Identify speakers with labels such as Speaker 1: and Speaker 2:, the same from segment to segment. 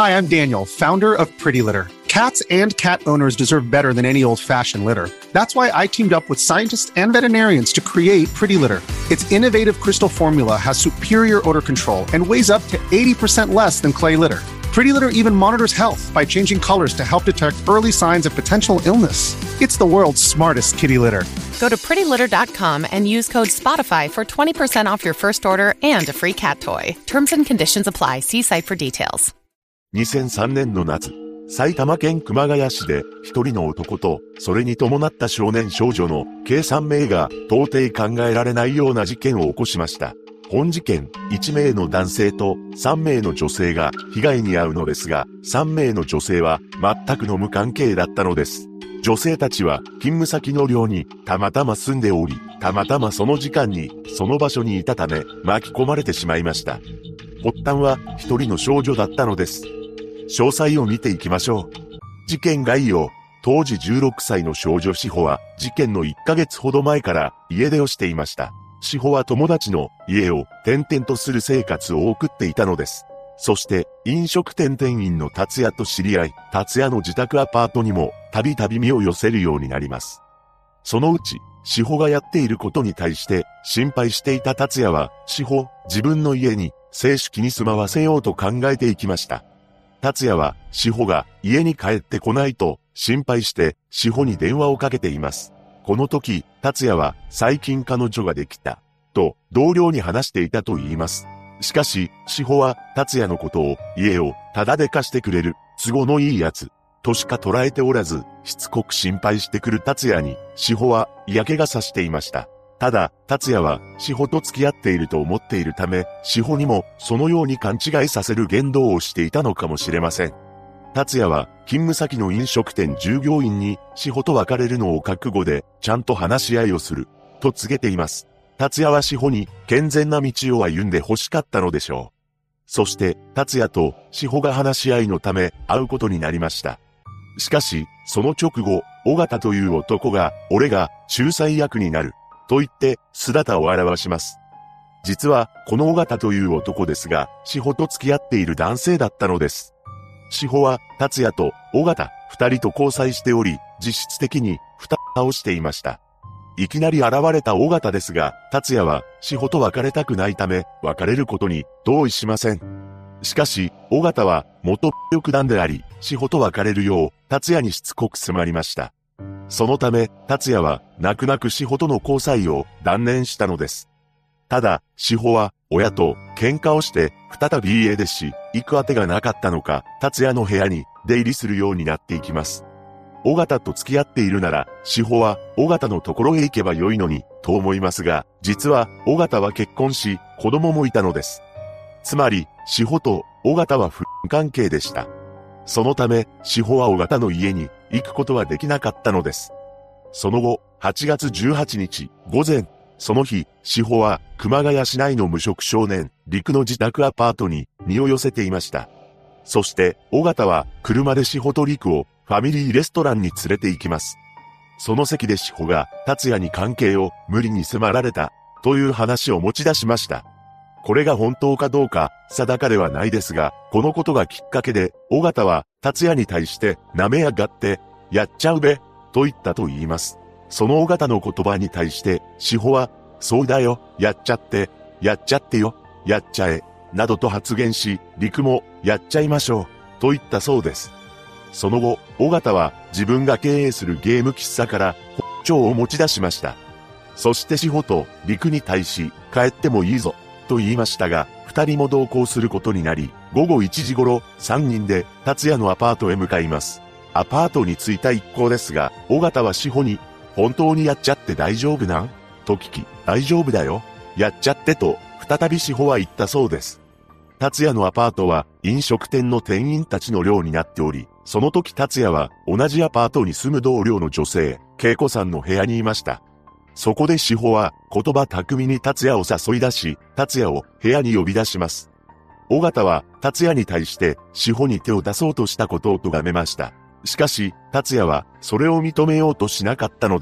Speaker 1: Hi, I'm Daniel, founder of Pretty Litter. Cats and cat owners deserve better than any old-fashioned litter. That's why I teamed up with scientists and veterinarians to create Pretty Litter. Its innovative crystal formula has superior odor control and weighs up to 80% less than clay litter. Pretty Litter even monitors health by changing colors to help detect early signs of potential illness. It's the world's smartest kitty litter.
Speaker 2: Go to prettylitter.com and use code SPOTIFY for 20% off your first order and a free cat toy. Terms and conditions apply. See site for details.
Speaker 3: 2003年の夏、埼玉県熊谷市で一人の男とそれに伴った少年少女の計3名が到底考えられないような事件を起こしました。本事件、1名の男性と3名の女性が被害に遭うのですが、3名の女性は全くの無関係だったのです。女性たちは勤務先の寮にたまたま住んでおり、たまたまその時間にその場所にいたため巻き込まれてしまいました。発端は一人の少女だったのです。詳細を見ていきましょう。事件概要。当時16歳の少女志保は事件の1ヶ月ほど前から家出をしていました。志保は友達の家を転々とする生活を送っていたのです。そして飲食店店員の達也と知り合い、達也の自宅アパートにもたびたび身を寄せるようになります。そのうち、志保がやっていることに対して心配していた達也は、志保、自分の家に正式に住まわせようと考えていきました。達也は志保が家に帰ってこないと心配して志保に電話をかけています。この時、達也は最近彼女ができたと同僚に話していたと言います。しかし、志保は達也のことを家をタダで貸してくれる都合のいいやつとしか捉えておらず、しつこく心配してくる達也に志保は嫌気がさしていました。ただ、達也は志保と付き合っていると思っているため、志保にもそのように勘違いさせる言動をしていたのかもしれません。達也は勤務先の飲食店従業員に志保と別れるのを覚悟でちゃんと話し合いをすると告げています。達也は志保に健全な道を歩んで欲しかったのでしょう。そして達也と志保が話し合いのため会うことになりました。しかしその直後、尾形という男が俺が仲裁役になると言って姿を現します。実はこの尾形という男ですが、志保と付き合っている男性だったのです。志保は達也と尾形二人と交際しており、実質的に蓋をしていました。いきなり現れた尾形ですが、達也は志保と別れたくないため別れることに同意しません。しかし尾形は元翼団であり、志保と別れるよう達也にしつこく迫りました。そのため達也は泣く泣く志保との交際を断念したのです。ただ志保は親と喧嘩をして再び家出し、行く当てがなかったのか、達也の部屋に出入りするようになっていきます。尾形と付き合っているなら、志保は尾形のところへ行けばよいのに、と思いますが、実は尾形は結婚し、子供もいたのです。つまり、志保と尾形は不倫関係でした。そのため、志保は尾形の家に行くことはできなかったのです。その後、8月18日午前、その日、志保は熊谷市内の無職少年、陸の自宅アパートに身を寄せていました。そして、尾形は車で志保と陸をファミリーレストランに連れて行きます。その席で志保が達也に関係を無理に迫られたという話を持ち出しました。これが本当かどうか定かではないですが、このことがきっかけで尾形は達也に対して舐めやがってやっちゃうべと言ったと言います。その尾形の言葉に対して志保はそうだよ、やっちゃって、やっちゃってよ、やっちゃえなどと発言し、陸もやっちゃいましょうと言ったそうです。その後、尾形は自分が経営するゲーム喫茶から包丁を持ち出しました。そして志保と陸に対し、帰ってもいいぞと言いましたが、二人も同行することになり、午後1時頃、三人で達也のアパートへ向かいます。アパートに着いた一行ですが、尾形は志保に、本当にやっちゃって大丈夫なんと聞き、大丈夫だよ。やっちゃってと、再び志保は言ったそうです。達也のアパートは飲食店の店員たちの寮になっており、その時達也は同じアパートに住む同僚の女性、恵子さんの部屋にいました。そこで志保は言葉巧みに達也を誘い出し、達也を部屋に呼び出します。尾形は達也に対して志保に手を出そうとしたことを咎めました。しかし、達也はそれを認めようとしなかったのです。そのため、尾形は達也に対して手を挙げることになります。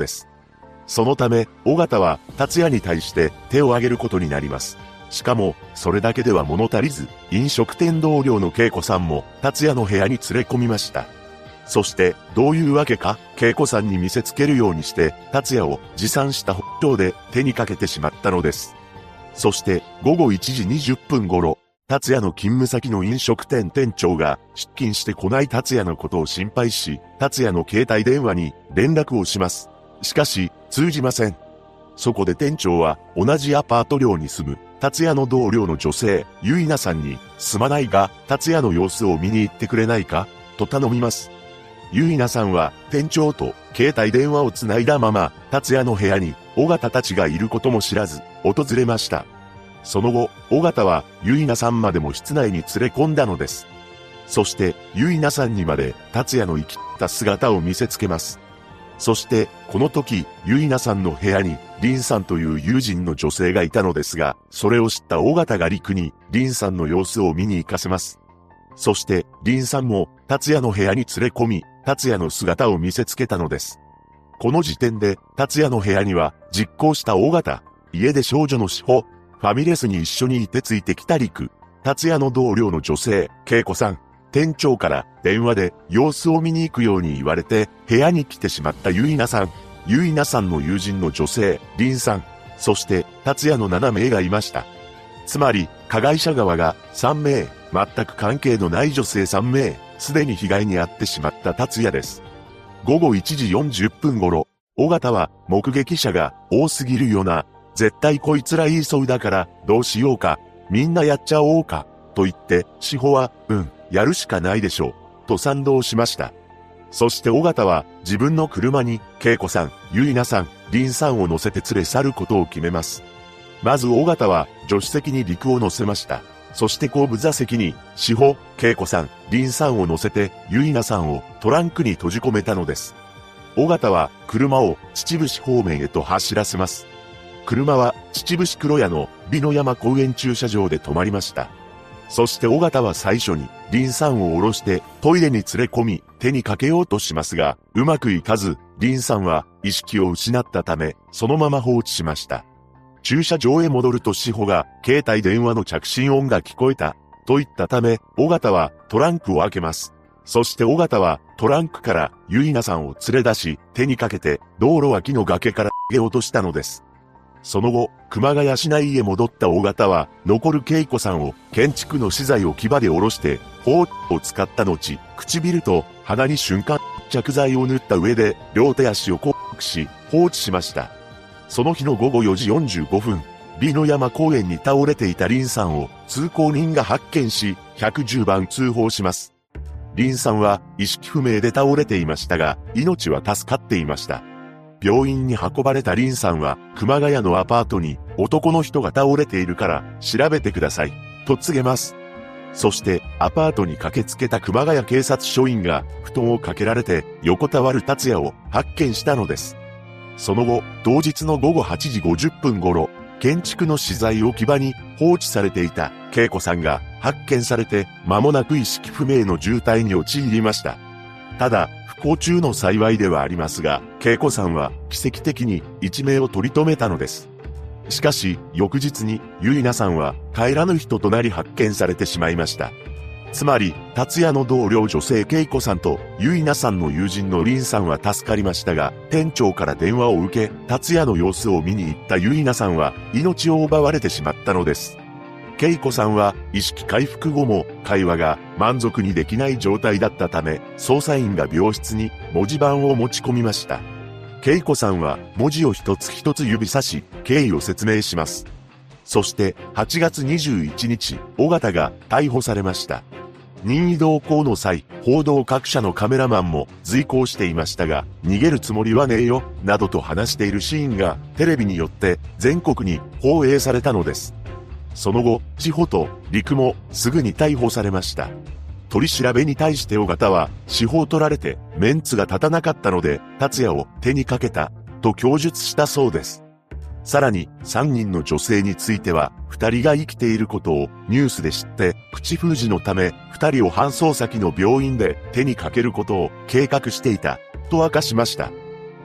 Speaker 3: しかも、それだけでは物足りず、飲食店同僚の恵子さんも、達也の部屋に連れ込みました。そして、どういうわけか、恵子さんに見せつけるようにして、達也を持参した包丁で手にかけてしまったのです。そして、午後1時20分頃、達也の勤務先の飲食店店長が出勤してこない達也のことを心配し、達也の携帯電話に連絡をします。しかし、通じません。そこで店長は同じアパート寮に住む達也の同僚の女性、ゆいなさんに、すまないが、達也の様子を見に行ってくれないかと頼みます。ゆいなさんは店長と携帯電話をつないだまま、達也の部屋に尾形たちがいることも知らず、訪れました。その後、尾形はゆいなさんまでも室内に連れ込んだのです。そして、ゆいなさんにまで達也の生きった姿を見せつけます。そして、この時、ゆいなさんの部屋に、林さんという友人の女性がいたのですが、それを知った尾形が陸に、林さんの様子を見に行かせます。そして、林さんも、達也の部屋に連れ込み、達也の姿を見せつけたのです。この時点で、達也の部屋には、実行した尾形、家で少女の志保、ファミレスに一緒にいてついてきた陸、達也の同僚の女性、恵子さん、店長から電話で様子を見に行くように言われて部屋に来てしまったゆいなさん、ゆいなさんの友人の女性、林さん、そして達也の7名がいました。つまり、加害者側が3名、全く関係のない女性3名、すでに被害に遭ってしまった達也です。午後1時40分頃、尾形は目撃者が多すぎるよな、絶対こいつら言いそうだからどうしようか、みんなやっちゃおうか、と言って、志保は、やるしかないでしょう、と賛同しました。そして尾形は自分の車に、恵子さん、ゆいなさん、林さんを乗せて連れ去ることを決めます。まず尾形は助手席に陸を乗せました。そして後部座席に、志保、恵子さん、林さんを乗せて、ゆいなさんをトランクに閉じ込めたのです。尾形は車を秩父市方面へと走らせます。車は秩父市黒谷の美濃山公園駐車場で止まりました。そして尾形は最初に林さんを降ろしてトイレに連れ込み手にかけようとしますが、うまくいかず、林さんは意識を失ったため、そのまま放置しました。駐車場へ戻ると志保が携帯電話の着信音が聞こえたと言ったため、尾形はトランクを開けます。そして尾形はトランクからゆいなさんを連れ出し、手にかけて道路脇の崖から投げ落としたのです。その後、熊谷市内へ戻った尾形は、残る恵子さんを建築の資材を牙で下ろして、包丁を使った後、唇と鼻に瞬間着剤を塗った上で、両手足を拘束し、放置しました。その日の午後4時45分、美濃山公園に倒れていた林さんを通行人が発見し、110番通報します。林さんは意識不明で倒れていましたが、命は助かっていました。病院に運ばれた林さんは、熊谷のアパートに男の人が倒れているから調べてください、と告げます。そして、アパートに駆けつけた熊谷警察署員が、布団をかけられて横たわる達也を発見したのです。その後、当日の午後8時50分頃、建築の資材置き場に放置されていた恵子さんが発見されて、間もなく意識不明の重体に陥りました。ただ、不幸中の幸いではありますが、恵子さんは奇跡的に一命を取り留めたのです。しかし、翌日にゆいなさんは帰らぬ人となり発見されてしまいました。つまり、達也の同僚女性恵子さんとゆいなさんの友人の林さんは助かりましたが、店長から電話を受け、達也の様子を見に行ったゆいなさんは命を奪われてしまったのです。恵子さんは意識回復後も会話が満足にできない状態だったため、捜査員が病室に文字盤を持ち込みました。恵子さんは文字を一つ一つ指さし、経緯を説明します。そして8月21日、尾形が逮捕されました。任意同行の際、報道各社のカメラマンも随行していましたが、逃げるつもりはねえよ、などと話しているシーンがテレビによって全国に放映されたのです。その後、志保と陸もすぐに逮捕されました。取り調べに対して尾形は、司法を取られてメンツが立たなかったので、達也を手にかけた、と供述したそうです。さらに、3人の女性については、2人が生きていることをニュースで知って、口封じのため、2人を搬送先の病院で手にかけることを計画していた、と明かしました。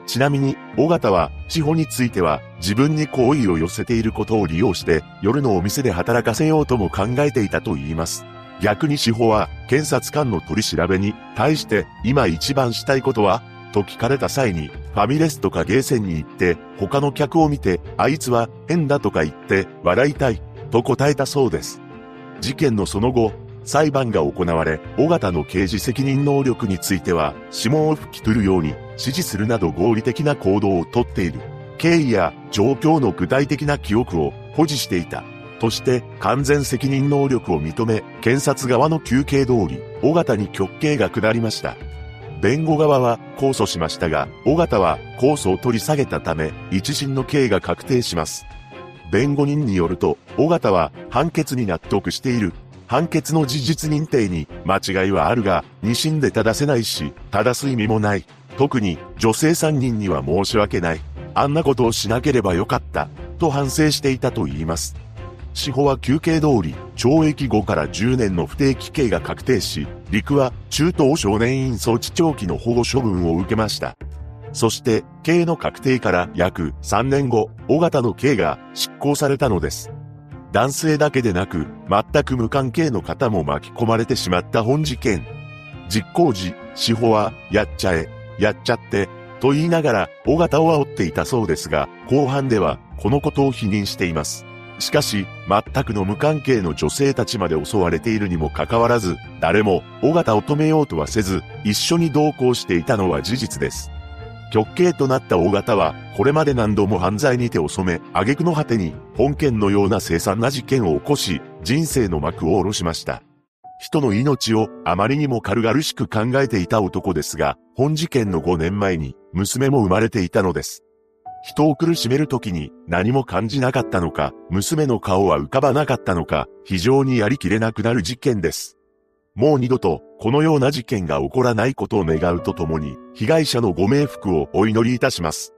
Speaker 3: ちなみに、尾形は、志保については、自分に好意を寄せていることを利用して、夜のお店で働かせようとも考えていたと言います。逆に志保は、検察官の取り調べに対して、今一番したいことはと聞かれた際に、ファミレスとかゲーセンに行って、他の客を見て、あいつは変だとか言って、笑いたい、と答えたそうです。事件のその後、裁判が行われ、尾形の刑事責任能力については、指紋を拭き取るように指示するなど合理的な行動をとっている。経緯や状況の具体的な記憶を保持していた。として完全責任能力を認め、検察側の求刑通り、尾形に極刑が下りました。弁護側は控訴しましたが、尾形は控訴を取り下げたため、一審の刑が確定します。弁護人によると、尾形は判決に納得している。判決の事実認定に間違いはあるが、二審で正せないし、正す意味もない。特に女性3人には申し訳ない。あんなことをしなければよかった。と反省していたと言います。志保は求刑通り、懲役5から10年の不定期刑が確定し、陸は中等少年院送致長期の保護処分を受けました。そして、刑の確定から約3年後、尾形の刑が執行されたのです。男性だけでなく、全く無関係の方も巻き込まれてしまった本事件。実行時、志保は、やっちゃえ、やっちゃって、と言いながら、尾形を煽っていたそうですが、公判では、このことを否認しています。しかし、全くの無関係の女性たちまで襲われているにもかかわらず、誰も、尾形を止めようとはせず、一緒に同行していたのは事実です。極刑となった尾形は、これまで何度も犯罪に手を染め、挙句の果てに、本件のような凄惨な事件を起こし、人生の幕を下ろしました。人の命をあまりにも軽々しく考えていた男ですが、本事件の5年前に、娘も生まれていたのです。人を苦しめるときに何も感じなかったのか、娘の顔は浮かばなかったのか、非常にやりきれなくなる事件です。もう二度とこのような事件が起こらないことを願うとともに、被害者のご冥福をお祈りいたします。